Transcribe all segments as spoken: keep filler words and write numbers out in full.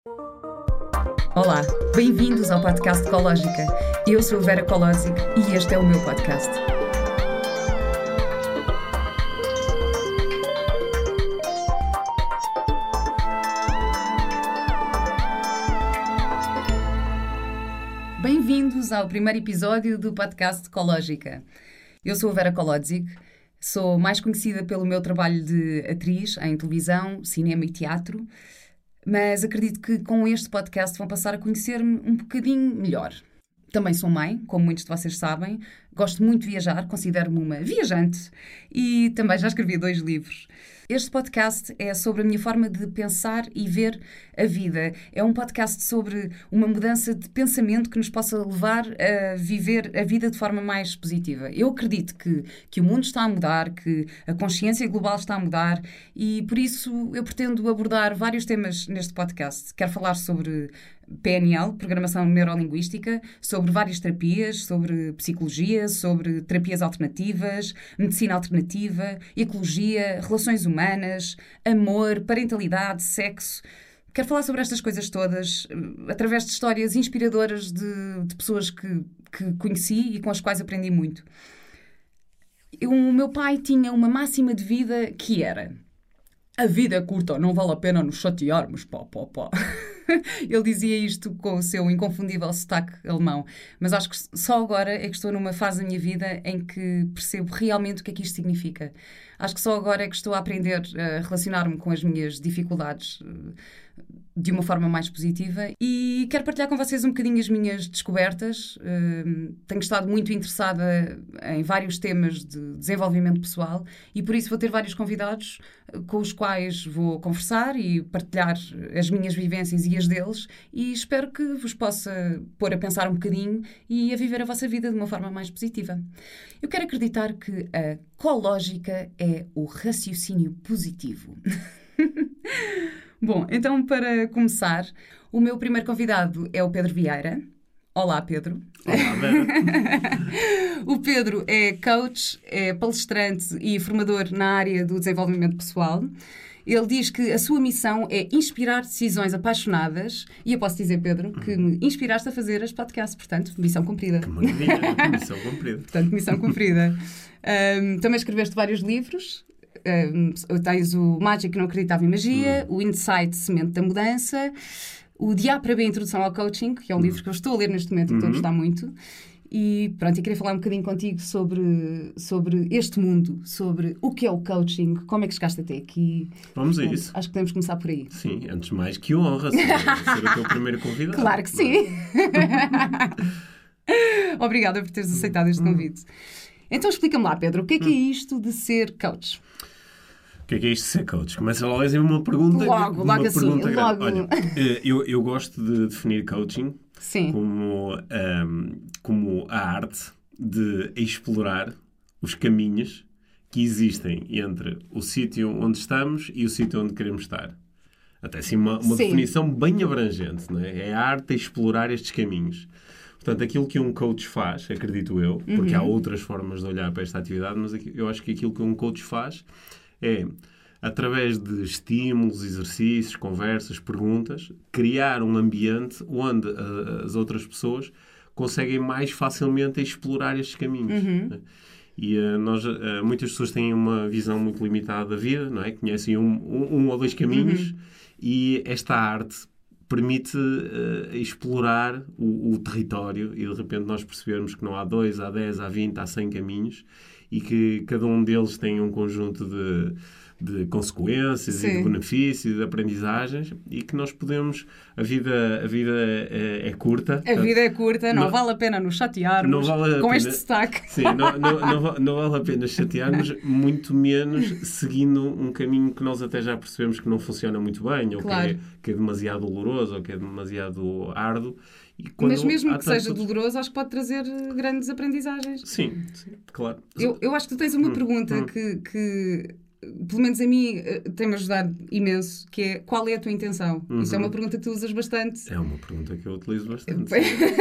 Olá, bem-vindos ao podcast Ecológica. Eu sou a Vera Kolodzik e este é o meu podcast. Bem-vindos ao primeiro episódio do podcast Ecológica. Eu sou a Vera Kolodzik, sou mais conhecida pelo meu trabalho de atriz em televisão, cinema e teatro, mas acredito que com este podcast vão passar a conhecer-me um bocadinho melhor. Também sou mãe, como muitos de vocês sabem, gosto muito de viajar, considero-me uma viajante e também já escrevi dois livros. Este podcast é sobre a minha forma de pensar e ver a vida. É um podcast sobre uma mudança de pensamento que nos possa levar a viver a vida de forma mais positiva. Eu acredito que, que o mundo está a mudar, que a consciência global está a mudar e, por isso, eu pretendo abordar vários temas neste podcast. Quero falar sobre P N L, Programação Neurolinguística, sobre várias terapias, sobre psicologia, sobre terapias alternativas, medicina alternativa, ecologia, relações humanas, amor, parentalidade, sexo. Quero falar sobre estas coisas todas através de histórias inspiradoras de, de pessoas que, que conheci e com as quais aprendi muito. Eu, o meu pai tinha uma máxima de vida que era: a vida é curta, não vale a pena nos chatearmos, pá, pá, pá. Ele dizia isto com o seu inconfundível sotaque alemão, mas acho que só agora é que estou numa fase da minha vida em que percebo realmente o que é que isto significa. Acho que só agora é que estou a aprender a relacionar-me com as minhas dificuldades de uma forma mais positiva e quero partilhar com vocês um bocadinho as minhas descobertas. Tenho estado muito interessada em vários temas de desenvolvimento pessoal e por isso vou ter vários convidados com os quais vou conversar e partilhar as minhas vivências e as deles e espero que vos possa pôr a pensar um bocadinho e a viver a vossa vida de uma forma mais positiva. Eu quero acreditar que a ecológica é o raciocínio positivo. Bom, então para começar, o meu primeiro convidado é o Pedro Vieira. Olá, Pedro. Olá, Vera. O Pedro é coach, é palestrante e formador na área do desenvolvimento pessoal. Ele diz que a sua missão é inspirar decisões apaixonadas e eu posso dizer, Pedro, que me inspiraste a fazer este podcast. Portanto, missão cumprida. Que maravilha, missão cumprida. Portanto, missão cumprida. Um, também escreveste vários livros. Um, tens o Mágico que não acreditava em magia, hum. o Insight, Semente da Mudança, o De A para B, Introdução ao Coaching, que é um hum. livro que eu estou a ler neste momento e estou a gostar muito. E pronto, eu queria falar um bocadinho contigo sobre, sobre este mundo, sobre o que é o coaching, como é que chegaste até aqui. Vamos a Portanto, isso. acho que podemos começar por aí. Sim, antes de mais, que honra ser, ser o teu primeiro convidado. Claro que sim. Obrigada por teres aceitado este convite. Então explica-me lá, Pedro, o que é que é isto de ser coach? O que é que é isto de ser coach? Começa logo a dizer uma pergunta. Logo, uma logo assim. Pergunta Logo. Olha, eu, eu gosto de definir coaching Sim. como, um, como a arte de explorar os caminhos que existem entre o sítio onde estamos e o sítio onde queremos estar. Até assim uma, uma definição bem abrangente, não é? É a arte de explorar estes caminhos. Portanto, aquilo que um coach faz, acredito eu, porque uhum. há outras formas de olhar para esta atividade, mas eu acho que aquilo que um coach faz é, através de estímulos, exercícios, conversas, perguntas, criar um ambiente onde uh, as outras pessoas conseguem mais facilmente explorar estes caminhos. Uhum. Né? E uh, nós, uh, muitas pessoas têm uma visão muito limitada da vida, não é? Conhecem um, um, um ou dois caminhos uhum. e esta arte permite uh, explorar o, o território e de repente nós percebermos que não há dois, há dez, há vinte, há cem caminhos e que cada um deles tem um conjunto de, de consequências Sim. e de benefícios, de aprendizagens e que nós podemos... A vida, a vida é, é curta. A portanto, vida é curta, não, não vale a pena nos chatearmos vale com pena, este destaque. Sim, não, não, não, não vale a pena chatearmos, muito menos seguindo um caminho que nós até já percebemos que não funciona muito bem ou claro. que, é, que é demasiado doloroso ou que é demasiado árduo. E quando Mas mesmo que seja tantos... doloroso, acho que pode trazer grandes aprendizagens. Sim, sim, claro. Eu, eu acho que tu tens uma hum, pergunta hum. que... que... pelo menos a mim, tem-me ajudado imenso, que é qual é a tua intenção? Uhum. Isso é uma pergunta que tu usas bastante. É uma pergunta que eu utilizo bastante.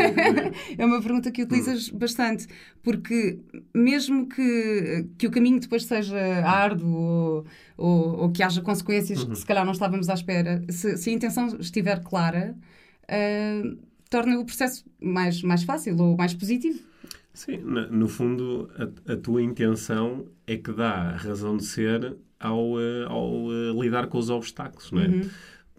É uma pergunta que utilizas uhum. bastante, porque mesmo que, que o caminho depois seja árduo ou, ou, ou que haja consequências uhum. que se calhar não estávamos à espera, se, se a intenção estiver clara, uh, torna o processo mais, mais fácil ou mais positivo. Sim, no fundo, a, a tua intenção é que dá a razão de ser ao, ao lidar com os obstáculos, não é? Uhum.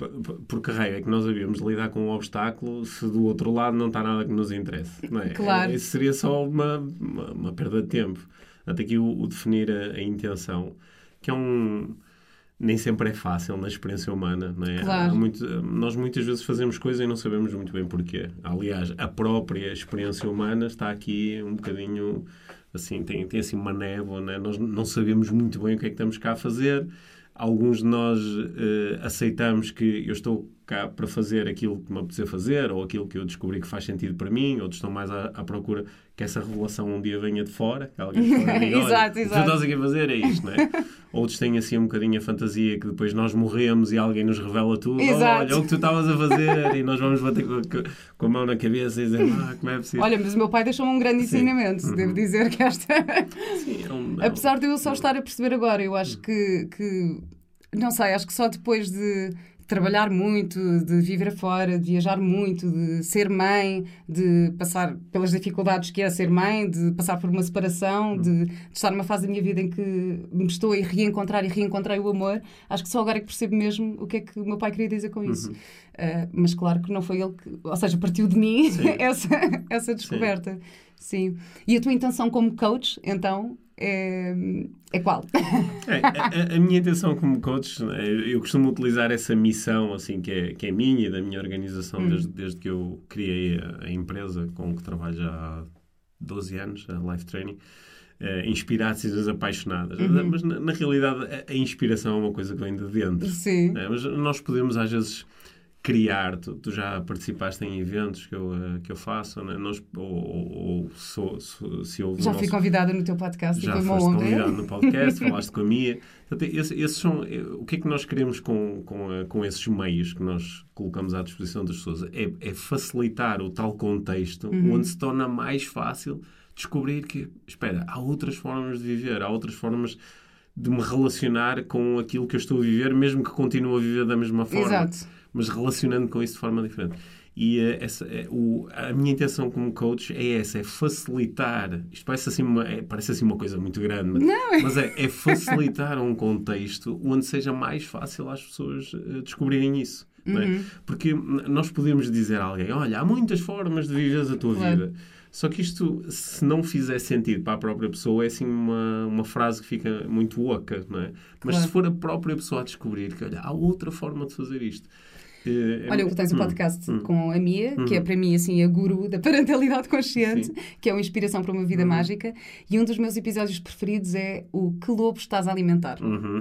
Por que raio é que nós havíamos de lidar com um obstáculo se do outro lado não está nada que nos interesse, não é? Claro. Isso seria só uma, uma, uma perda de tempo. Até aqui o, o definir a, a intenção, que é um... nem sempre é fácil na experiência humana, não é? Claro. Há muito, nós muitas vezes fazemos coisas e não sabemos muito bem porquê. Aliás, a própria experiência humana está aqui um bocadinho assim, tem, tem assim uma névoa, né? Nós não sabemos muito bem o que é que estamos cá a fazer. Alguns de nós uh, aceitamos que eu estou cá para fazer aquilo que me apetecer fazer ou aquilo que eu descobri que faz sentido para mim. Outros estão mais à, à procura que essa revelação um dia venha de fora, que alguém de fora diga, exato, olha, o que tu estás aqui a fazer é isto, não é? Outros têm assim um bocadinho a fantasia que depois nós morremos e alguém nos revela tudo. Exato. Olha, é o que tu estavas a fazer e nós vamos bater com, com a mão na cabeça e dizer, ah, como é possível? Olha, mas o meu pai deixou-me um grande ensinamento. Sim. Devo dizer que esta... Sim, é um, é um... Apesar de eu só estar a perceber agora, eu acho que... que... Não sei, acho que só depois de trabalhar muito, de viver fora, de viajar muito, de ser mãe, de passar pelas dificuldades que é ser mãe, de passar por uma separação, Uhum. de, de estar numa fase da minha vida em que me estou a reencontrar e reencontrei o amor, acho que só agora é que percebo mesmo o que é que o meu pai queria dizer com isso. Uhum. Uh, mas claro que não foi ele que... Ou seja, partiu de mim essa, essa descoberta. Sim. Sim. E a tua intenção como coach, então... É, é qual? É, a, a minha intenção como coach, eu costumo utilizar essa missão assim, que, é, que é minha e da minha organização hum. desde, desde que eu criei a, a empresa com que trabalho já há doze anos, a Life Training, uh, inspirar decisões apaixonadas. Uhum. Mas na, na realidade a, a inspiração é uma coisa que vem de dentro. Sim. É, mas nós podemos às vezes criar, tu, tu já participaste em eventos que eu, uh, que eu faço, né? Nós, ou, ou, ou sou, sou, se houve já nosso... fui convidada no teu podcast já e foi uma foste honra. convidada no podcast, falaste com a Mia. Portanto, esses, esses são, o que é que nós queremos com, com, com esses meios que nós colocamos à disposição das pessoas? É, é facilitar o tal contexto uhum. onde se torna mais fácil descobrir que, espera, há outras formas de viver, há outras formas de me relacionar com aquilo que eu estou a viver, mesmo que continue a viver da mesma forma. Exato. Mas relacionando com isso de forma diferente. E uh, essa, uh, o, a minha intenção como coach é essa, é facilitar, isto parece assim uma, é, parece assim uma coisa muito grande, mas, Não. mas é, é facilitar um contexto onde seja mais fácil às pessoas uh, descobrirem isso. Uhum. Não é? Porque nós podemos dizer a alguém, olha, há muitas formas de viver a tua claro. vida. Só que isto, se não fizer sentido para a própria pessoa, é assim uma, uma frase que fica muito oca, não é? Mas claro. se for a própria pessoa a descobrir que, olha, há outra forma de fazer isto. É, olha, tu tens um podcast hum, com a Mia, hum. que é para mim assim a guru da parentalidade consciente, Sim. que é uma inspiração para uma vida hum. mágica, e um dos meus episódios preferidos é o Que Lobo Estás a Alimentar? Uhum.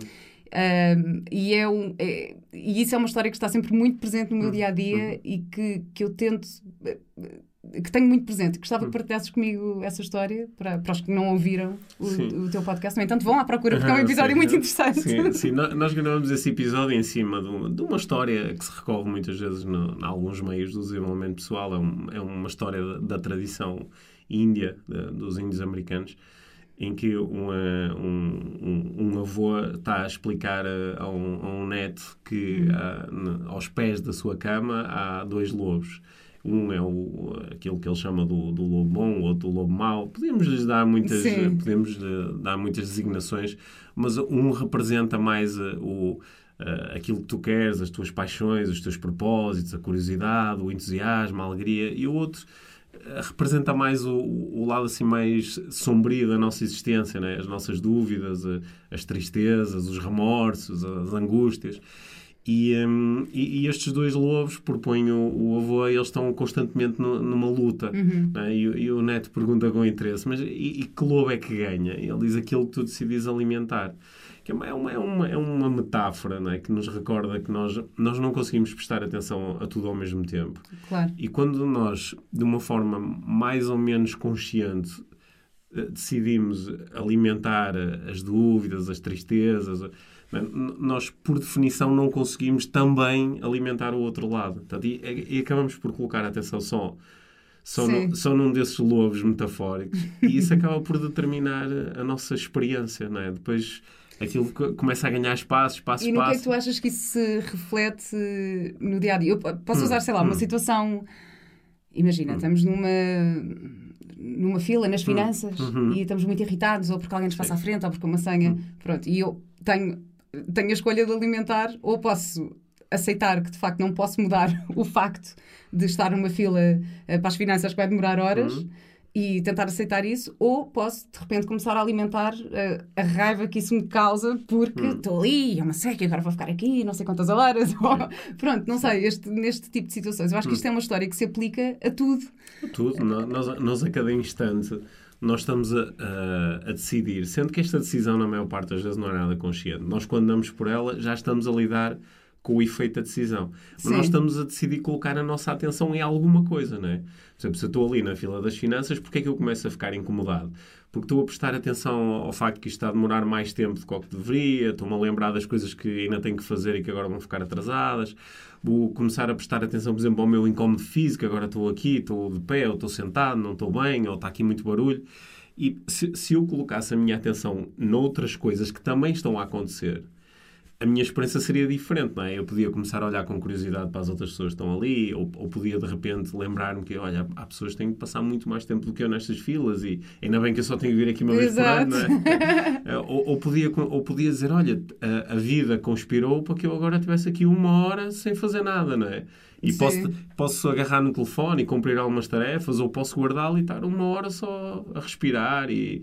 Um, e, é um, é, e isso é uma história que está sempre muito presente no meu dia-a-dia uhum. e que, que eu tento... que tenho muito presente. Gostava que partilhasses comigo essa história para, para os que não ouviram o, o teu podcast. No entanto, vão à procura porque é um episódio sim, muito interessante. Sim, sim. Nós gravamos esse episódio em cima de uma, de uma história que se recorre muitas vezes em alguns meios do desenvolvimento pessoal. É, um, é uma história da, da tradição índia, de, dos índios americanos, em que uma, um, um, um avô está a explicar a, a, um, a um neto que hum. há, aos pés da sua cama há dois lobos. Um é o, aquilo que ele chama do, do lobo bom, o outro do lobo mau. Podemos lhes dar muitas, podemos dar muitas designações, mas um representa mais uh, o, uh, aquilo que tu queres, as tuas paixões, os teus propósitos, a curiosidade, o entusiasmo, a alegria, e o outro uh, representa mais o, o lado assim mais sombrio da nossa existência, né? As nossas dúvidas, uh, as tristezas, os remorsos, as angústias. E, um, e, e estes dois lobos propõem o, o avô, eles estão constantemente no, numa luta. Uhum. Né? E, e o neto pergunta com interesse, mas e, e que lobo é que ganha? Ele diz aquilo que tu decides alimentar. Que é uma, é uma, é uma, é uma metáfora, né? Que nos recorda que nós, nós não conseguimos prestar atenção a tudo ao mesmo tempo. Claro. E quando nós, de uma forma mais ou menos consciente, decidimos alimentar as dúvidas, as tristezas, nós, por definição, não conseguimos também alimentar o outro lado. Portanto, e, e acabamos por colocar a atenção só, só, no, só num desses lobos metafóricos. E isso acaba por determinar a nossa experiência, não é? Depois aquilo começa a ganhar espaço, espaço, espaço. E no que é que tu achas que isso se reflete no dia-a-dia? Eu posso usar, hum, sei lá, uma hum. situação... Imagina, hum. estamos numa... numa fila nas finanças uhum. e estamos muito irritados, ou porque alguém nos passa à frente, ou porque uma senha. Uhum. Pronto, e eu tenho, tenho a escolha de alimentar, ou posso aceitar que de facto não posso mudar o facto de estar numa fila uh, para as finanças que vai demorar horas uhum. e tentar aceitar isso, ou posso de repente começar a alimentar uh, a raiva que isso me causa porque estou uhum. ali, é uma seca, agora vou ficar aqui não sei quantas horas. Ou, pronto, não sei, este, neste tipo de situações. Eu acho que isto é uma história que se aplica a tudo. A tudo. Nós, nós a cada instante nós estamos a, a, a decidir, sendo que esta decisão na maior parte das vezes não é nada consciente. Nós quando damos por ela já estamos a lidar com o efeito da decisão. Mas Sim. nós estamos a decidir colocar a nossa atenção em alguma coisa, não é? Por exemplo, se eu estou ali na fila das finanças, porquê é que eu começo a ficar incomodado? Porque estou a prestar atenção ao facto que isto está a demorar mais tempo do que o que deveria, estou-me a lembrar das coisas que ainda tenho que fazer e que agora vão ficar atrasadas, vou começar a prestar atenção, por exemplo, ao meu incómodo físico, agora estou aqui, estou de pé, ou estou sentado, não estou bem, ou está aqui muito barulho. E se, se eu colocasse a minha atenção noutras coisas que também estão a acontecer, a minha experiência seria diferente, não é? Eu podia começar a olhar com curiosidade para as outras pessoas que estão ali, ou, ou podia, de repente, lembrar-me que, olha, há pessoas que têm que passar muito mais tempo do que eu nestas filas e ainda bem que eu só tenho que vir aqui uma vez por ano, não é? ou, ou, podia, ou podia dizer, olha, a, a vida conspirou para que eu agora estivesse aqui uma hora sem fazer nada, não é? E posso, posso agarrar no telefone e cumprir algumas tarefas, ou posso guardá-lo e estar uma hora só a respirar e...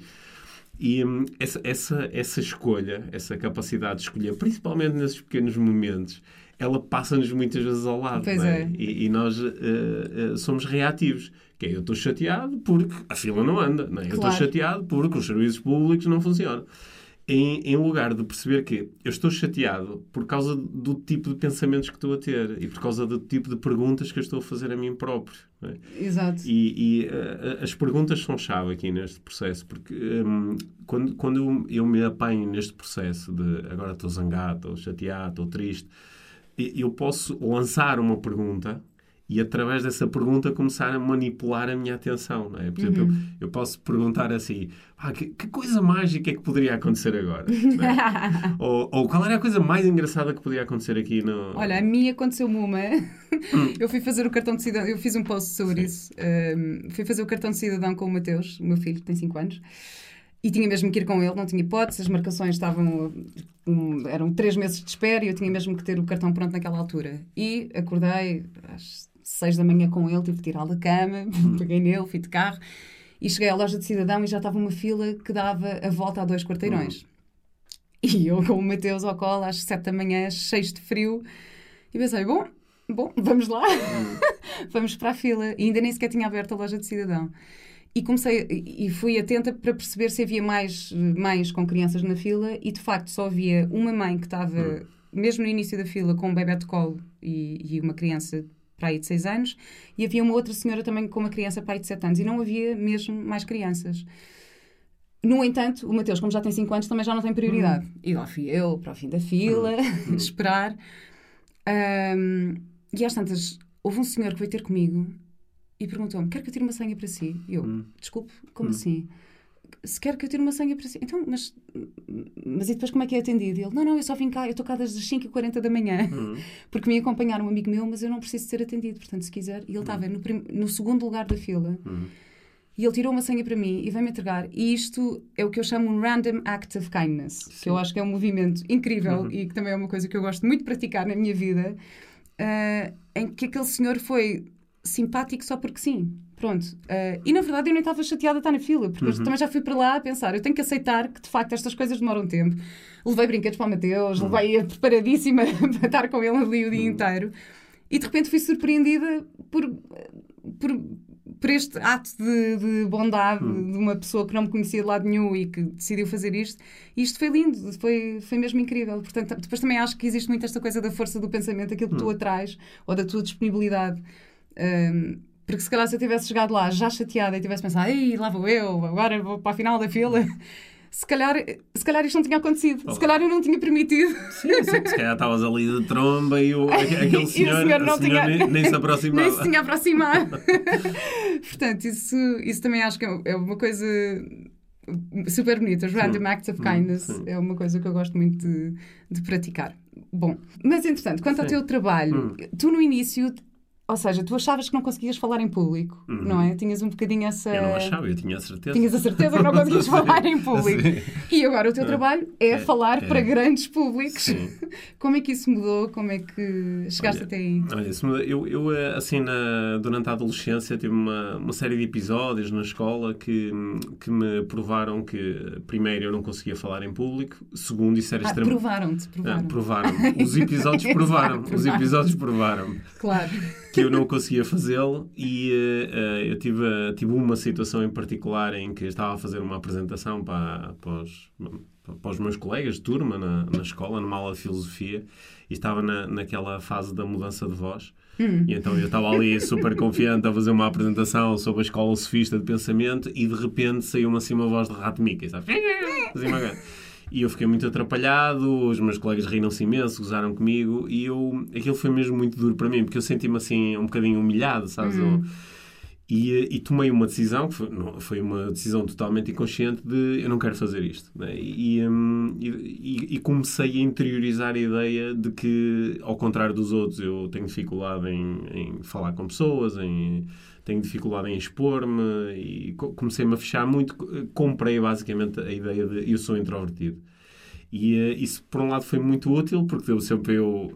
E hum, essa, essa, essa escolha, essa capacidade de escolher, principalmente nesses pequenos momentos, ela passa-nos muitas vezes ao lado. Pois não é? É. E, e nós uh, uh, somos reativos. Que é, eu estou chateado porque a fila não anda. Não é? Eu estou Claro. chateado porque os serviços públicos não funcionam. Em, em lugar de perceber que eu estou chateado por causa do tipo de pensamentos que estou a ter e por causa do tipo de perguntas que eu estou a fazer a mim próprio. Não é? Exato. E, e uh, as perguntas são chave aqui neste processo, porque um, quando, quando eu, eu me apanho neste processo de agora estou zangado, estou chateado, estou triste, eu posso lançar uma pergunta e através dessa pergunta começar a manipular a minha atenção, não é? Por exemplo, uhum. eu, eu posso perguntar assim, ah, que, que coisa mágica é que poderia acontecer agora? Não é? ou, ou qual era a coisa mais engraçada que podia acontecer aqui no... Olha, a mim aconteceu-me uma. Eu fui fazer o cartão de cidadão, eu fiz um post sobre Sim. isso. Um, fui fazer o cartão de cidadão com o Mateus, o meu filho, que tem cinco anos. E tinha mesmo que ir com ele, não tinha hipótese, as marcações estavam... Um, eram três meses de espera e eu tinha mesmo que ter o cartão pronto naquela altura. E acordei às seis da manhã com ele, tive de tirá-lo da cama, peguei nele, fui de carro e cheguei à loja de cidadão e já estava uma fila que dava a volta a dois quarteirões. Uhum. E eu com o Mateus ao colo às sete da manhã, cheio de frio, e pensei, bom, bom vamos lá, uhum. vamos para a fila. E ainda nem sequer tinha aberto a loja de cidadão. E comecei, e fui atenta para perceber se havia mais mães com crianças na fila e de facto só havia uma mãe que estava, uhum. mesmo no início da fila, com um bebé de colo e, e uma criança para aí de seis anos, e havia uma outra senhora também com uma criança para aí de sete anos, e não havia mesmo mais crianças. No entanto, o Mateus, como já tem cinco anos, também já não tem prioridade. Uhum. E lá fui eu, para o fim da fila, uhum. esperar. Um, e às tantas, houve um senhor que veio ter comigo e perguntou-me, quer que eu tire uma senha para si? E eu, uhum. desculpe, como uhum. assim? Se quer que eu tire uma senha para si? Então, mas, mas e depois como é que é atendido? E ele, não, não, eu só vim cá, eu estou cá desde as cinco e quarenta da manhã, uhum. porque me ia acompanhar um amigo meu, mas eu não preciso ser atendido, portanto, se quiser. E ele estava uhum. no, prim... no segundo lugar da fila. Uhum. E ele tirou uma senha para mim e veio-me entregar. E isto é o que eu chamo um random act of kindness, Sim. que eu acho que é um movimento incrível uhum. e que também é uma coisa que eu gosto muito de praticar na minha vida, uh, em que aquele senhor foi simpático só porque sim. Pronto. Uh, e na verdade eu nem estava chateada de estar na fila, porque uhum. eu também já fui para lá a pensar, eu tenho que aceitar que de facto estas coisas demoram tempo. Levei brinquedos para o Mateus, uhum. levei-a preparadíssima para estar com ele ali o dia uhum. inteiro. E de repente fui surpreendida por, por, por este ato de, de bondade uhum. de uma pessoa que não me conhecia de lado nenhum e que decidiu fazer isto. E isto foi lindo, foi, foi mesmo incrível. Portanto, depois também acho que existe muito esta coisa da força do pensamento, aquilo que uhum. tu atrás, ou da tua disponibilidade um, Porque se calhar se eu tivesse chegado lá já chateada e tivesse pensado, ei, lá vou eu, agora vou para a final da fila, se calhar, se calhar isto não tinha acontecido. Oh. Se calhar eu não tinha permitido. Sim, sim, se calhar estavas ali de tromba e o, aquele senhor, e o senhor, não senhor tinha... nem, nem se aproximava. Nem se tinha aproximado. Portanto, isso, isso também acho que é uma coisa super bonita. Os random acts of kindness sim. é uma coisa que eu gosto muito de, de praticar. Bom, mas entretanto, quanto sim. ao teu trabalho, hum. tu no início... Ou seja, tu achavas que não conseguias falar em público, uhum. não é? Tinhas um bocadinho essa... Eu não achava, eu tinha a certeza. Tinhas a certeza que não conseguias falar em público. Sim. E agora o teu trabalho é, é falar é. para grandes públicos. Sim. Como é que isso mudou? Como é que chegaste olha, até aí? Olha, isso mudou. Eu, eu assim, na, durante a adolescência, tive uma, uma série de episódios na escola que, que me provaram que, primeiro, eu não conseguia falar em público. Segundo, isso era ah, extremamente... provaram-te, provaram. Ah, provaram. Os episódios provaram. Exato, os episódios provaram. Claro. Que eu não conseguia fazê-lo e uh, eu tive, uh, tive uma situação em particular em que estava a fazer uma apresentação para, para, os, para os meus colegas de turma na, na escola, numa aula de filosofia, e estava na, naquela fase da mudança de voz. Hum. E então eu estava ali super confiante a fazer uma apresentação sobre a escola sofista de pensamento e de repente saiu-me assim uma voz de rato Mickey, sabe? Assim, uma coisa. E eu fiquei muito atrapalhado, os meus colegas riram-se imenso, gozaram comigo, e eu, aquilo foi mesmo muito duro para mim, porque eu senti-me assim um bocadinho humilhado, sabes? Uhum. Eu, e, e tomei uma decisão, que foi, não, foi uma decisão totalmente inconsciente, de eu não quero fazer isto. Né? E, um, e, e comecei a interiorizar a ideia de que, ao contrário dos outros, eu tenho dificuldade em, em falar com pessoas, em... tenho dificuldade em expor-me e comecei-me a fechar muito. Comprei basicamente a ideia de eu sou introvertido. E uh, isso, por um lado, foi muito útil, porque deu sempre eu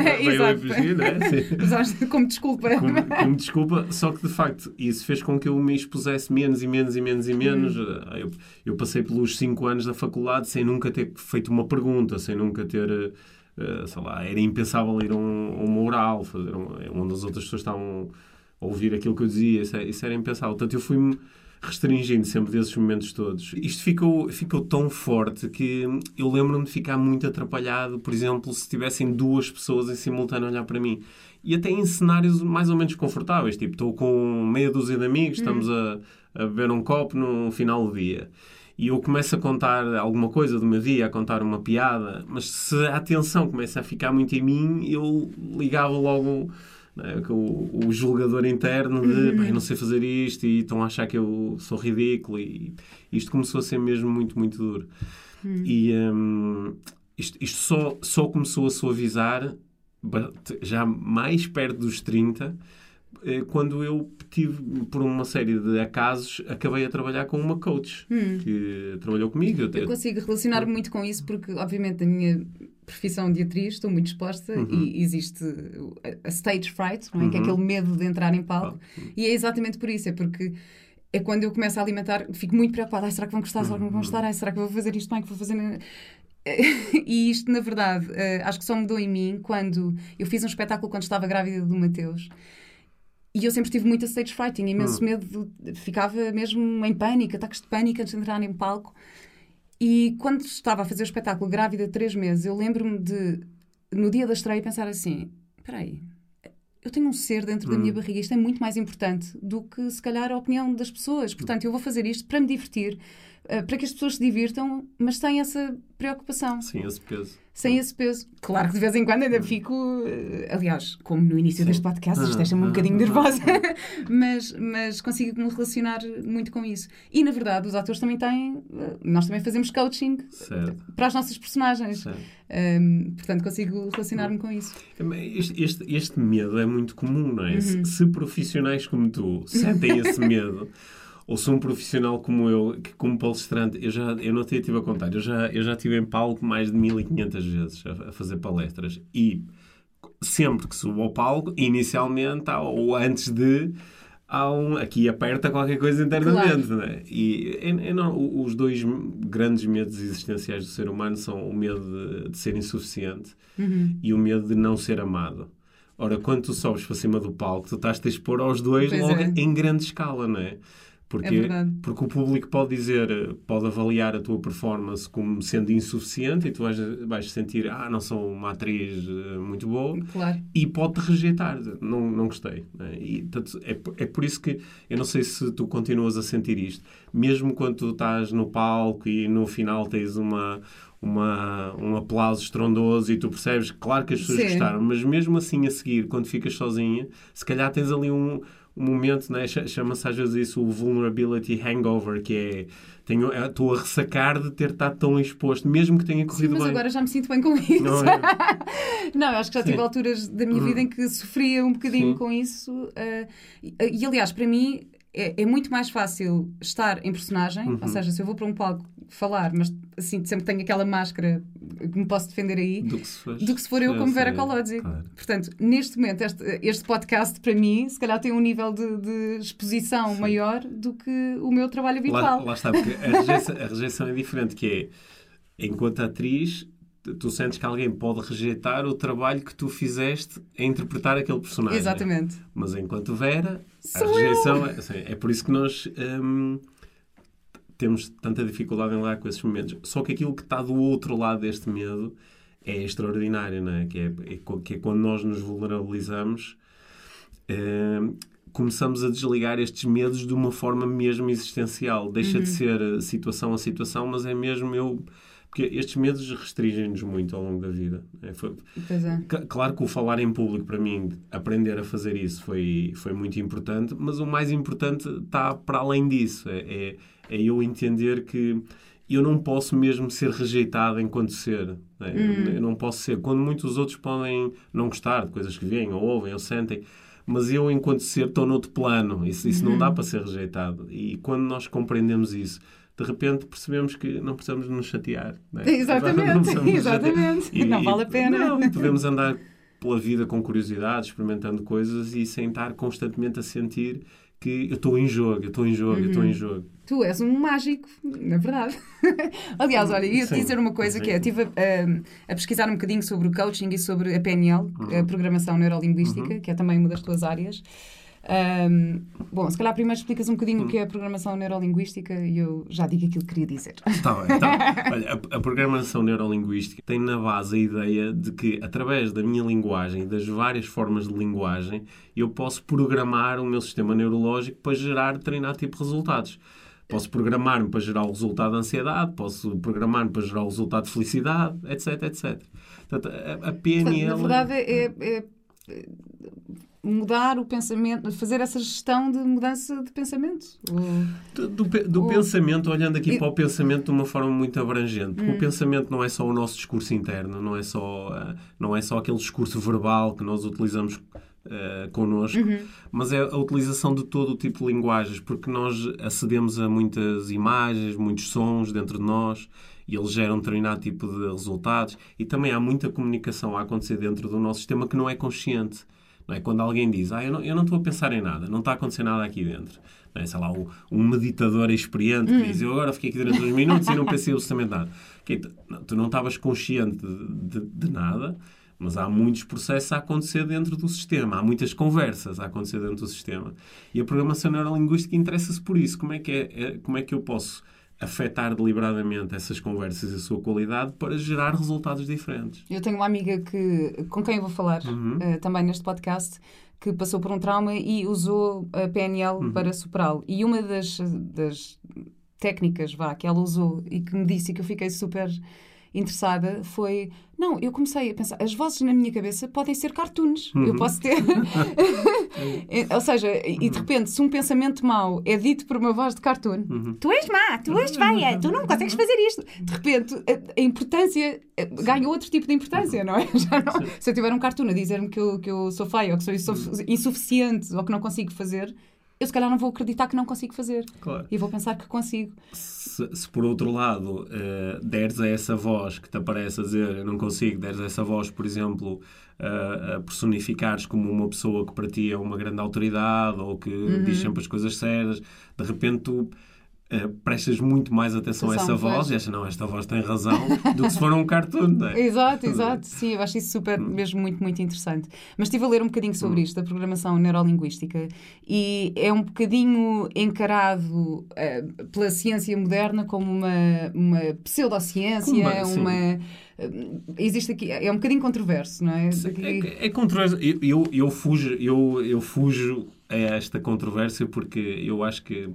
a fugir, né? Usaste como desculpa. Como, como desculpa, só que, de facto, isso fez com que eu me expusesse menos e menos e menos e menos. Hum. Eu, eu passei pelos cinco anos da faculdade sem nunca ter feito uma pergunta, sem nunca ter... Uh, sei lá, era impensável ir a um, a uma oral, fazer um, onde as outras pessoas estavam... ouvir aquilo que eu dizia, isso, isso era impensável. Portanto, eu fui-me restringindo sempre desses momentos todos. Isto ficou, ficou tão forte que eu lembro-me de ficar muito atrapalhado, por exemplo, se tivessem duas pessoas em simultâneo a olhar para mim. E até em cenários mais ou menos confortáveis. Tipo, estou com meia dúzia de amigos, hum. estamos a, a beber um copo no final do dia. E eu começo a contar alguma coisa do meu dia, a contar uma piada, mas se a atenção começa a ficar muito em mim, eu ligava logo... Né, o, o julgador interno de uhum. bem, não sei fazer isto e estão a achar que eu sou ridículo, e isto começou a ser mesmo muito, muito duro. Uhum. E um, isto, isto só, só começou a suavizar já mais perto dos trinta, quando eu tive, por uma série de acasos, acabei a trabalhar com uma coach hum. que trabalhou comigo. Eu, eu consigo relacionar-me muito com isso porque, obviamente, a minha profissão de atriz, estou muito exposta uhum. e existe a stage fright, não é? Uhum. Que é aquele medo de entrar em palco. Uhum. E é exatamente por isso, é porque é quando eu começo a alimentar, fico muito preocupada. Ai, será que vão gostar? Será que não vão gostar? Ai, será que eu vou fazer isto bem? Que vou fazer... E isto, na verdade, acho que só mudou em mim quando eu fiz um espetáculo quando estava grávida do Mateus. E eu sempre tive muita stage fright, tinha imenso hum. medo, ficava mesmo em pânico, ataques de pânico antes de entrar em palco. E quando estava a fazer o espetáculo grávida de três meses, eu lembro-me de, no dia da estreia, pensar assim, espera aí, eu tenho um ser dentro hum. da minha barriga, isto é muito mais importante do que, se calhar, a opinião das pessoas. Portanto, eu vou fazer isto para me divertir, para que as pessoas se divirtam, mas sem essa preocupação. Sem esse peso. Sem esse peso. Claro que de vez em quando ainda fico... Aliás, como no início Sim. deste podcast, isto deixa-me um bocadinho nervosa. mas, mas consigo me relacionar muito com isso. E, na verdade, os atores também têm... Nós também fazemos coaching certo. Para as nossas personagens. Um, portanto, consigo relacionar-me com isso. Este, este, este medo é muito comum, não é? Uhum. Se, se profissionais como tu sentem esse medo... Ou sou um profissional como eu, que como palestrante, eu, já, eu não te estive a contar, eu já, eu já estive em palco mais de mil e quinhentas vezes a, a fazer palestras. E sempre que subo ao palco, inicialmente, ou antes de, há um, aqui aperta qualquer coisa internamente. Claro. Né? E é, é, não, os dois grandes medos existenciais do ser humano são o medo de, de ser insuficiente uhum. e o medo de não ser amado. Ora, quando tu sobes para cima do palco, tu estás-te a expor aos dois pois logo é. Em grande escala, não é? Porque, é verdade. porque o público pode dizer, pode avaliar a tua performance como sendo insuficiente e tu vais, vais sentir, ah, não sou uma atriz muito boa. Claro. E pode-te rejeitar. Não, não gostei. Né? E, portanto, é, é por isso que eu não sei se tu continuas a sentir isto. Mesmo quando tu estás no palco e no final tens uma... Uma, um aplauso estrondoso e tu percebes, claro que as pessoas Sim. gostaram, mas mesmo assim a seguir, quando ficas sozinha, se calhar tens ali um, um momento, né? Chama-se às vezes isso o vulnerability hangover, que é tenho, estou a ressacar de ter estado tão exposto, mesmo que tenha corrido Sim, mas bem. agora já me sinto bem com isso. Não, é? Não, eu acho que já tive Sim. alturas da minha vida em que sofria um bocadinho Sim. com isso. Uh, e, e, aliás, para mim é, é muito mais fácil estar em personagem, Uhum. ou seja, se eu vou para um palco falar, mas assim, sempre tenho aquela máscara que me posso defender aí, Do que se, faz, do que se for eu como Vera Kolodzik. Claro. Portanto, neste momento, este, este podcast, para mim, se calhar tem um nível de, de exposição Sim. maior do que o meu trabalho habitual. Lá, lá está, porque a rejeição, a rejeição é diferente, que é, enquanto atriz, tu sentes que alguém pode rejeitar o trabalho que tu fizeste a interpretar aquele personagem. Exatamente. Mas enquanto Vera, a Sou rejeição... É, assim, é por isso que nós... Hum, temos tanta dificuldade em lidar com esses momentos. Só que aquilo que está do outro lado deste medo é extraordinário, não é? Que é, é, que é quando nós nos vulnerabilizamos, é, começamos a desligar estes medos de uma forma mesmo existencial. Deixa Uhum. de ser situação a situação, mas é mesmo eu... Porque estes medos restringem-nos muito ao longo da vida. É, foi, Pois é. Claro que o falar em público, para mim, aprender a fazer isso foi, foi muito importante, mas o mais importante está para além disso. É, é, é eu entender que eu não posso mesmo ser rejeitado enquanto ser. Né? Hum. Eu não posso ser. Quando muitos outros podem não gostar de coisas que veem, ou ouvem, ou sentem, mas eu, enquanto ser, estou noutro plano. Isso, isso Uhum. não dá para ser rejeitado. E quando nós compreendemos isso, de repente percebemos que não precisamos nos chatear. Não é? Exatamente, Não precisamos nos exatamente. chatear. E- Não vale a pena. Não, e podemos andar pela vida com curiosidade, experimentando coisas e sem estar constantemente a sentir que eu estou em jogo, eu estou em jogo, eu estou Uhum. em jogo. Tu és um mágico, na verdade. Aliás, olha, ia-te Sim. dizer uma coisa Sim. que é, estive a, a, a pesquisar um bocadinho sobre o coaching e sobre a P N L, Uhum. a Programação Neurolinguística, Uhum. que é também uma das tuas áreas. Um, bom, se calhar primeiro explicas um bocadinho o que é a Programação Neurolinguística e eu já digo aquilo que queria dizer. Está bem, tá bem. Olha, a, a programação neurolinguística tem na base a ideia de que, através da minha linguagem e das várias formas de linguagem, eu posso programar o meu sistema neurológico para gerar determinado tipo de resultados. Posso programar-me para gerar o resultado de ansiedade, posso programar-me para gerar o resultado de felicidade, etc, etcétera. Portanto, a, a P N L... Portanto, na verdade, é, é, é mudar o pensamento, fazer essa gestão de mudança de pensamento. Do, do, do o... pensamento, olhando aqui e... para o pensamento de uma forma muito abrangente. Porque hum. o pensamento não é só o nosso discurso interno, não é só, uh, não é só aquele discurso verbal que nós utilizamos uh, connosco, uhum. mas é a utilização de todo o tipo de linguagens, porque nós acedemos a muitas imagens, muitos sons dentro de nós, e eles geram um determinado tipo de resultados. E também há muita comunicação a acontecer dentro do nosso sistema que não é consciente. Não é? Quando alguém diz, ah, eu não, eu não estou a pensar em nada, não está a acontecer nada aqui dentro. Não é? Sei lá, um, um meditador experiente que hum. diz, eu agora fiquei aqui durante uns minutos e não pensei absolutamente nada. Okay, tu, não, tu não estavas consciente de, de, de nada, mas há muitos processos a acontecer dentro do sistema, há muitas conversas a acontecer dentro do sistema. E a programação neurolinguística interessa-se por isso. Como é que, é, é, como é que eu posso afetar deliberadamente essas conversas e a sua qualidade para gerar resultados diferentes? Eu tenho uma amiga que, com quem eu vou falar Uhum. uh, também neste podcast, que passou por um trauma e usou a P N L Uhum. para superá-lo. E uma das, das técnicas vá, que ela usou e que me disse e que eu fiquei super interessada foi... Não, eu comecei a pensar, as vozes na minha cabeça podem ser cartoons. Uhum. Eu posso ter... Ou seja, e de repente, se um pensamento mau é dito por uma voz de cartoon, Uhum. tu és má, tu és feia, tu não consegues fazer isto. De repente, a, a importância ganha outro tipo de importância, não é? Já não, se eu tiver um cartoon a dizer-me que eu, que eu sou feia ou que sou insuf- insuficiente ou que não consigo fazer, eu se calhar não vou acreditar que não consigo fazer. Claro. E vou pensar que consigo. Se, se por outro lado uh, deres a essa voz que te aparece a dizer eu não consigo, deres a essa voz, por exemplo, uh, a personificares como uma pessoa que para ti é uma grande autoridade ou que Uhum. diz sempre as coisas sérias, de repente tu Uh, prestas muito mais atenção, atenção a essa voz, e achas, não, esta voz tem razão, do que se for um cartoon, não é? Exato, exato. Sim, eu acho isso super, mesmo muito, muito interessante. Mas estive a ler um bocadinho sobre isto, da programação neurolinguística, e é um bocadinho encarado uh, pela ciência moderna como uma, uma pseudociência, como, uma... Uh, existe aqui... É um bocadinho controverso, não é? É, é controverso. Eu, eu, eu, fujo, eu, eu fujo a esta controvérsia porque eu acho que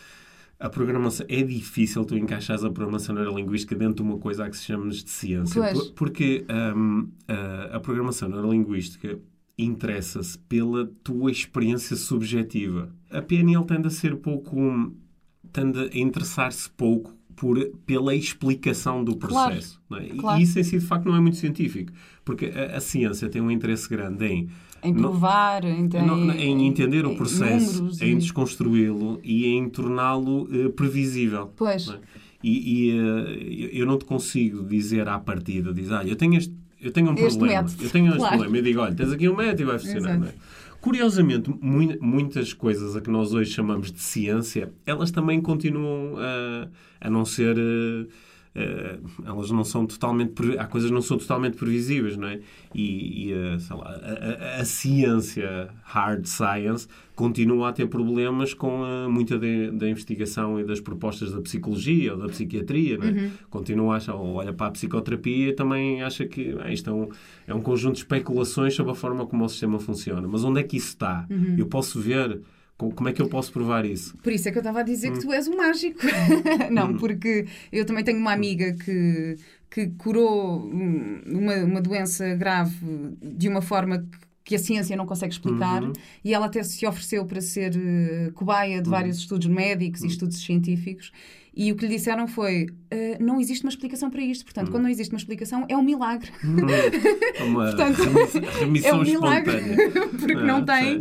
a programação... É difícil tu encaixares a programação neurolinguística dentro de uma coisa a que se chama de ciência. Pois. Porque um, a, a programação neurolinguística interessa-se pela tua experiência subjetiva. A P N L tende a ser pouco... Tende a interessar-se pouco por, pela explicação do processo. Claro. Não é? Claro. E isso em si, de facto, não é muito científico. Porque a, a ciência tem um interesse grande em... Em provar, em, em, em entender em, o processo, em, em desconstruí-lo e em torná-lo uh, previsível. Pois. Não é? E, e uh, eu não te consigo dizer à partida, diz, olha, eu tenho, este, eu tenho um este problema. Método. Eu tenho este claro. problema. Eu digo, olha, tens aqui um método e vai funcionar. Não é? Curiosamente, mu- muitas coisas a que nós hoje chamamos de ciência, elas também continuam a, a não ser... Uh, Uh, elas não são totalmente... Há coisas que não são totalmente previsíveis, não é? E, e uh, sei lá, a, a, a ciência, hard science, continua a ter problemas com uh, muita da investigação e das propostas da psicologia ou da psiquiatria, não é? Uhum. Continua a achar, ou olha para a psicoterapia e também acha que ah, isto é um, é um conjunto de especulações sobre a forma como o sistema funciona. Mas onde é que isso está? Uhum. Eu posso ver... Como é que eu posso provar isso? Por isso é que eu estava a dizer hum. que tu és um mágico. Não, hum. porque eu também tenho uma amiga que, que curou uma, uma doença grave de uma forma que que a ciência não consegue explicar, uhum. e ela até se ofereceu para ser uh, cobaia de uhum. vários estudos médicos uhum. e estudos científicos, e o que lhe disseram foi, uh, não existe uma explicação para isto, portanto, uhum. quando não existe uma explicação, é um milagre. Uhum. Uma portanto, remissão é um milagre, espontânea. porque ah, não tem...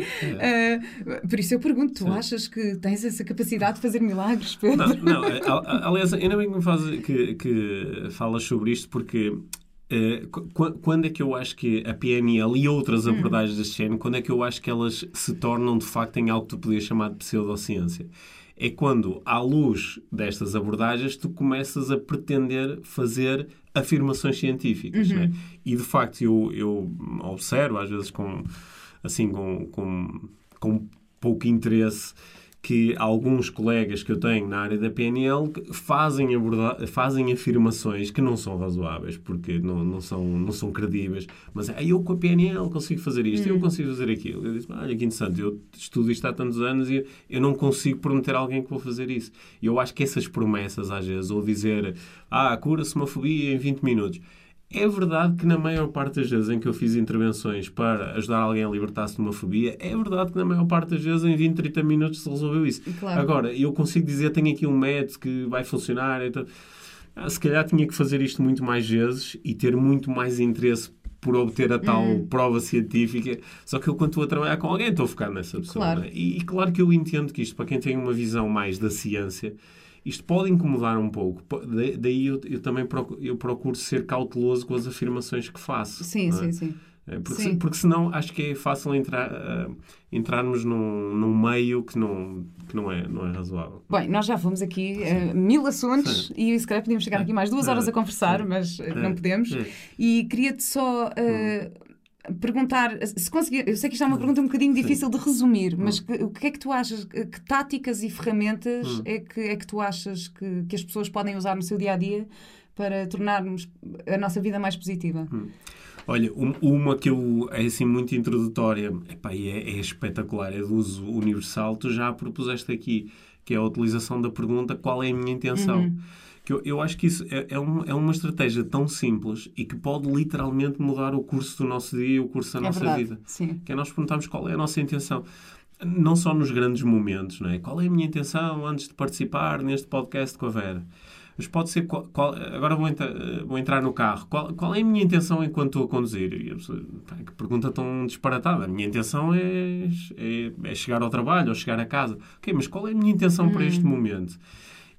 Uh, por isso eu pergunto, tu sim. achas que tens essa capacidade de fazer milagres, Pedro? Não, não aliás, ainda bem que me faz, que, que falas sobre isto, porque... Uh, qu- quando é que eu acho que a P N L e outras hum. abordagens deste género, quando é que eu acho que elas se tornam de facto em algo que tu podias chamar de pseudociência? É quando, à luz destas abordagens, tu começas a pretender fazer afirmações científicas. Uhum. Né? E de facto eu, eu observo, às vezes com, assim, com, com, com pouco interesse, que alguns colegas que eu tenho na área da P N L fazem, aborda- fazem afirmações que não são razoáveis, porque não, não, são, não são credíveis. Mas é, eu com a P N L consigo fazer isto, hum. eu consigo fazer aquilo. Eu disse, olha que interessante, eu estudo isto há tantos anos e eu não consigo prometer a alguém que vou fazer isso. E eu acho que essas promessas, às vezes, ou dizer, ah, cura-se uma fobia em vinte minutos... É verdade que na maior parte das vezes em que eu fiz intervenções para ajudar alguém a libertar-se de uma fobia, é verdade que na maior parte das vezes em vinte, trinta minutos se resolveu isso. Claro. Agora, eu consigo dizer, tenho aqui um método que vai funcionar, então, ah, se calhar tinha que fazer isto muito mais vezes e ter muito mais interesse por obter a tal hum. prova científica. Só que eu, quando estou a trabalhar com alguém, estou a focar nessa pessoa. Claro. Né? E, e claro que eu entendo que isto, para quem tem uma visão mais da ciência, isto pode incomodar um pouco. Daí eu, eu também procuro, eu procuro ser cauteloso com as afirmações que faço. Sim, sim, é? sim. Porque, sim. Se, porque senão acho que é fácil entrar, uh, entrarmos num, num meio que, não, que não, é, não é razoável. Bem, nós já fomos aqui uh, mil assuntos sim. e se calhar podíamos chegar aqui mais duas horas a conversar, sim. mas uh, não podemos. Sim. E queria-te só... Uh, perguntar, se conseguir, eu sei que isto é uma pergunta um bocadinho difícil Sim. de resumir, mas que, o que é que tu achas, que táticas e ferramentas hum. é, que, é que tu achas que, que as pessoas podem usar no seu dia-a-dia para tornarmos a nossa vida mais positiva? Hum. Olha, um, uma que eu, é assim muito introdutória, epá, e é, é espetacular, é de uso universal, tu já a propuseste aqui, que é a utilização da pergunta qual é a minha intenção. Uhum. Que eu, eu acho que isso é, é, um, é uma estratégia tão simples e que pode literalmente mudar o curso do nosso dia e o curso da é nossa verdade, vida. Sim. Que é nós perguntarmos qual é a nossa intenção. Não só nos grandes momentos, não é? Qual é a minha intenção antes de participar neste podcast com a Vera? Mas pode ser... Qual, qual, agora vou, entra, vou entrar no carro. Qual, qual é a minha intenção enquanto estou a conduzir? E a pessoa, pá, que pergunta tão disparatada. A minha intenção é, é, é chegar ao trabalho ou chegar a casa. Ok, mas qual é a minha intenção hum. para este momento?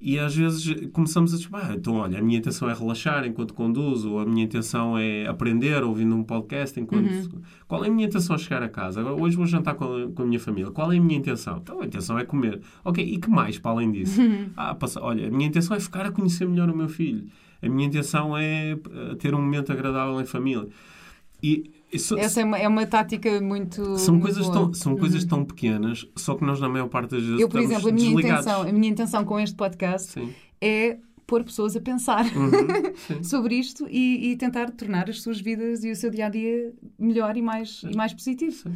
E às vezes começamos a dizer, ah, então olha, a minha intenção é relaxar enquanto conduzo, ou a minha intenção é aprender ouvindo um podcast enquanto... Uhum. Qual é a minha intenção a chegar a casa? Agora, hoje vou jantar com a, com a minha família. Qual é a minha intenção? Então a intenção é comer. Ok, e que mais para além disso? Uhum. Ah, passa, olha, a minha intenção é ficar a conhecer melhor o meu filho. A minha intenção é ter um momento agradável em família. E isso, essa é uma, é uma tática muito... São, muito coisas, tão, são uhum. coisas tão pequenas, só que nós na maior parte das vezes Eu, por exemplo, a minha, desligados. intenção, a minha intenção com este podcast Sim. é pôr pessoas a pensar uhum. sobre isto e, e tentar tornar as suas vidas e o seu dia-a-dia melhor e mais, e mais positivo.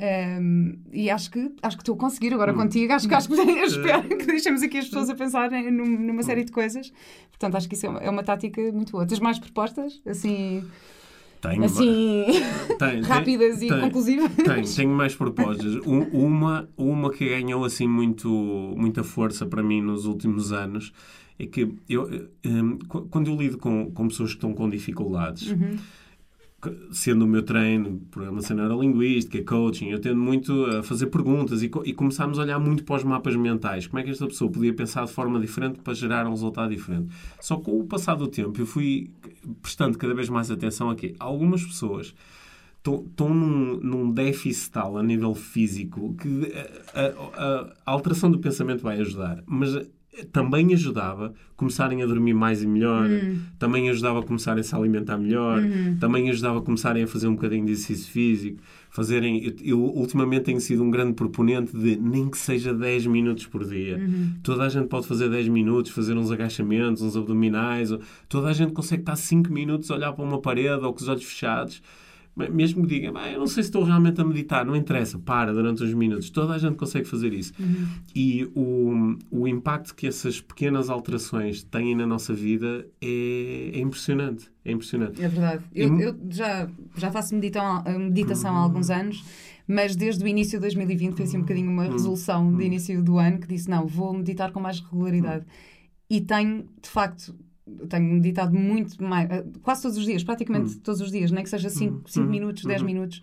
Um, e acho que acho que estou a conseguir agora hum. contigo. Acho que, acho que eu espero que deixemos aqui as pessoas a pensarem numa série de coisas. Portanto, acho que isso é uma, é uma tática muito boa. Tens mais propostas? Assim... Tenho, assim, tenho, rápidas tenho, e conclusivas? Tenho, tenho mais propostas. Um, uma, uma que ganhou assim muito, muita força para mim nos últimos anos é que eu, um, quando eu lido com, com pessoas que estão com dificuldades, uhum. sendo o meu treino, programação neurolinguística, coaching, eu tendo muito a fazer perguntas e, e começámos a olhar muito para os mapas mentais. Como é que esta pessoa podia pensar de forma diferente para gerar um resultado diferente? Só que com o passar do tempo eu fui prestando cada vez mais atenção aqui. Algumas pessoas estão num, num déficit tal a nível físico que a, a, a alteração do pensamento vai ajudar, mas também ajudava começarem a dormir mais e melhor, hum. também ajudava a começarem a se alimentar melhor, uhum. também ajudava a começarem a fazer um bocadinho de exercício físico, fazerem... Eu, eu ultimamente tenho sido um grande proponente de nem que seja dez minutos por dia. Uhum. Toda a gente pode fazer dez minutos, fazer uns agachamentos, uns abdominais, ou, toda a gente consegue estar cinco minutos a olhar para uma parede ou com os olhos fechados. Mesmo que digam, ah, eu não sei se estou realmente a meditar, não interessa, para durante uns minutos. Toda a gente consegue fazer isso. Uhum. E o, o impacto que essas pequenas alterações têm na nossa vida é, é impressionante. É impressionante. É verdade. Eu, e... eu já, já faço meditação, meditação uhum. há alguns anos, mas desde o início de dois mil e vinte foi assim um bocadinho uma resolução uhum. de início do ano que disse, não, vou meditar com mais regularidade. Uhum. E tenho, de facto... tenho meditado muito mais, quase todos os dias, praticamente hum. todos os dias, nem que seja cinco hum. minutos, dez hum. minutos.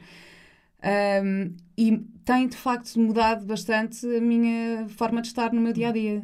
Um, e tem, de facto, mudado bastante a minha forma de estar no meu dia-a-dia.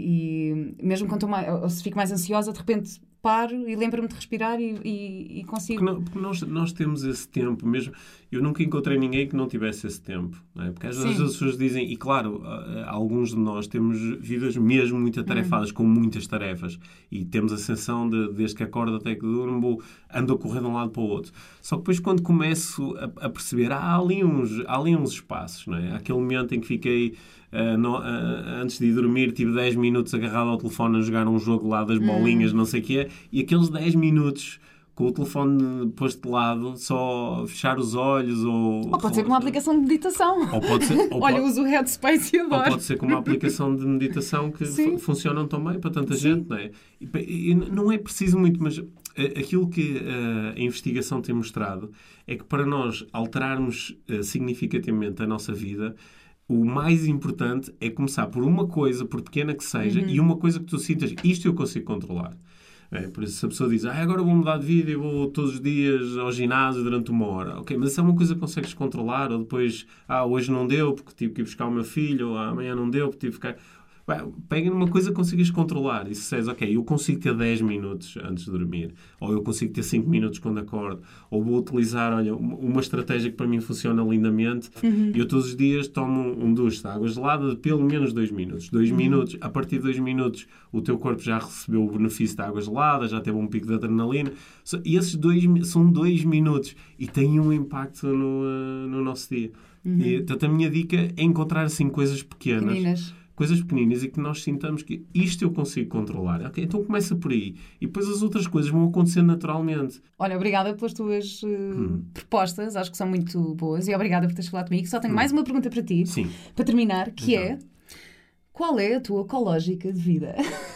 E, e mesmo quando estou mais, ou se fico mais ansiosa, de repente paro e lembro-me de respirar e, e, e consigo... Porque, não, porque nós, nós temos esse tempo mesmo. Eu nunca encontrei ninguém que não tivesse esse tempo. Não é? Porque às vezes as pessoas dizem, e claro, alguns de nós temos vidas mesmo muito atarefadas, uhum. com muitas tarefas. E temos a sensação de, desde que acordo até que durmo, ando a correr de um lado para o outro. Só que depois quando começo a, a perceber, há ali, uns, há ali uns espaços, não é? Há aquele momento em que fiquei... Uh, no, uh, antes de ir dormir tive dez minutos agarrado ao telefone a jogar um jogo lá das bolinhas, hum. não sei o quê, e aqueles dez minutos com o telefone posto de lado, só fechar os olhos ou... Ou pode ser com uma aplicação de meditação. Ou pode ser, ou Olha, pode, eu uso o Headspace e adoro. Ou pode ser com uma aplicação de meditação que f- funcionam tão bem para tanta Sim. gente, não é? E, e não é preciso muito, mas aquilo que uh, a investigação tem mostrado é que para nós alterarmos uh, significativamente a nossa vida, o mais importante é começar por uma coisa, por pequena que seja, uhum. e uma coisa que tu sintas, isto eu consigo controlar. É, por isso, se a pessoa diz, ah, agora vou mudar de vida e vou todos os dias ao ginásio durante uma hora. Ok, mas isso é uma coisa que consegues controlar, ou depois, ah, hoje não deu porque tive que ir buscar o meu filho, ou ah, amanhã não deu porque tive que ficar... Pega numa coisa que consigas controlar. E se disseres, ok, eu consigo ter dez minutos antes de dormir, ou eu consigo ter cinco minutos quando acordo, ou vou utilizar, olha, uma estratégia que para mim funciona lindamente, uhum. eu todos os dias tomo um duche de água gelada de pelo menos dois minutos. Dois uhum. minutos, a partir de dois minutos, o teu corpo já recebeu o benefício da água gelada, já teve um pico de adrenalina. E esses dois são dois minutos e têm um impacto no, no nosso dia. Uhum. E, portanto, a minha dica é encontrar, assim, coisas pequenas. Pequeninas. Coisas pequeninas e que nós sintamos que isto eu consigo controlar. Okay? Então começa por aí. E depois as outras coisas vão acontecer naturalmente. Olha, obrigada pelas tuas uh, hum. propostas. Acho que são muito boas. E obrigada por teres falado comigo. Só tenho hum. mais uma pergunta para ti. Sim. Para terminar, que então. é... Qual é a tua ecológica de vida?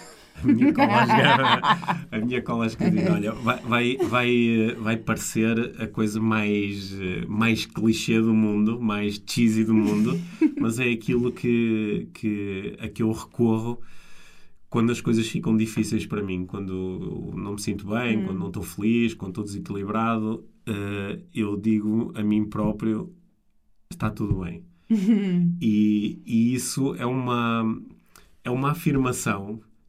A minha ecológica, a minha ecológica de vida, olha, vai, vai, vai, vai parecer a coisa mais, mais clichê do mundo, mais cheesy do mundo, mas é aquilo que, que, a que eu recorro quando as coisas ficam difíceis para mim, quando não me sinto bem, hum. quando não estou feliz, quando estou desequilibrado, uh, eu digo a mim próprio, está tudo bem. e, e isso é uma, é uma afirmação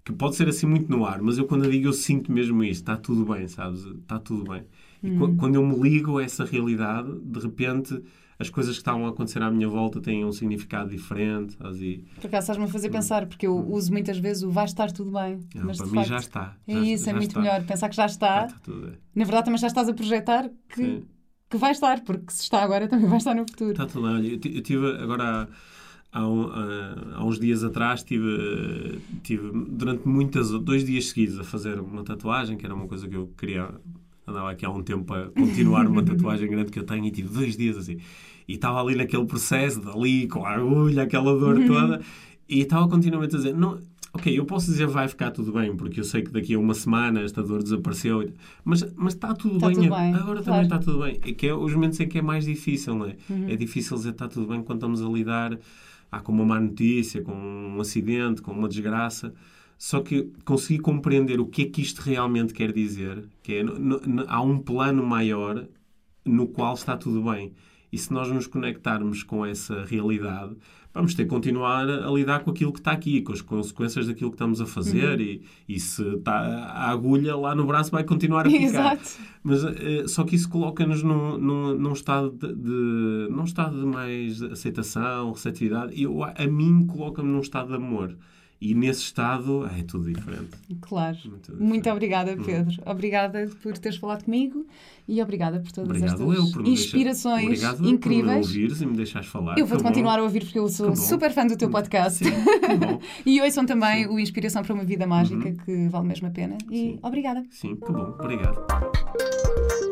que pode ser assim muito no ar, mas eu quando a digo eu sinto mesmo isto, está tudo bem, sabes? Está tudo bem. E hum. quando eu me ligo a essa realidade, de repente as coisas que estavam a acontecer à minha volta têm um significado diferente. Assim. Por acaso estás-me a fazer pensar, porque eu uso muitas vezes o vai estar tudo bem. Não, mas para mim facto, já está. É já, isso, já é muito está. melhor. Pensar que já está. Já está tudo bem. Na verdade também já estás a projetar que, que vai estar, porque se está agora também vai estar no futuro. Está tudo bem. Olha, eu, t- eu tive agora há, há, um, há, há uns dias atrás, tive, tive durante muitas, dois dias seguidos a fazer uma tatuagem, que era uma coisa que eu queria... Andava aqui há um tempo a continuar uma tatuagem grande que eu tenho e tive dois dias assim. E estava ali naquele processo, dali, com a agulha, aquela dor toda. E estava continuamente a dizer, não, ok, eu posso dizer vai ficar tudo bem, porque eu sei que daqui a uma semana esta dor desapareceu. Mas, mas está tudo está bem. Tudo bem. Agora claro. também está tudo bem. É que é os momentos em que é mais difícil, não é? Uhum. É difícil dizer está tudo bem quando estamos a lidar ah, com uma má notícia, com um acidente, com uma desgraça. Só que consegui compreender o que é que isto realmente quer dizer, que é, no, no, há um plano maior no qual está tudo bem. E se nós nos conectarmos com essa realidade, vamos ter que continuar a, a lidar com aquilo que está aqui, com as consequências daquilo que estamos a fazer, uhum. e, e se está a agulha lá no braço vai continuar a ficar. Exato. Mas uh, só que isso coloca-nos num, num, num, estado de, de, num estado de mais aceitação, receptividade, e eu, a mim coloca-me num estado de amor. E nesse estado é tudo diferente. Claro. Muito, diferente. Muito obrigada, Pedro. Hum. Obrigada por teres falado comigo e obrigada por todas obrigado estas eu por inspirações deixar, obrigado incríveis. Obrigado por me ouvires e me deixares falar. Eu vou-te que continuar bom. a ouvir porque eu sou super fã do teu podcast. Sim, que bom. E ouçam também Sim. o Inspiração para uma Vida Mágica, uhum. que vale mesmo a pena. E Sim. obrigada. Sim, que bom. Obrigado.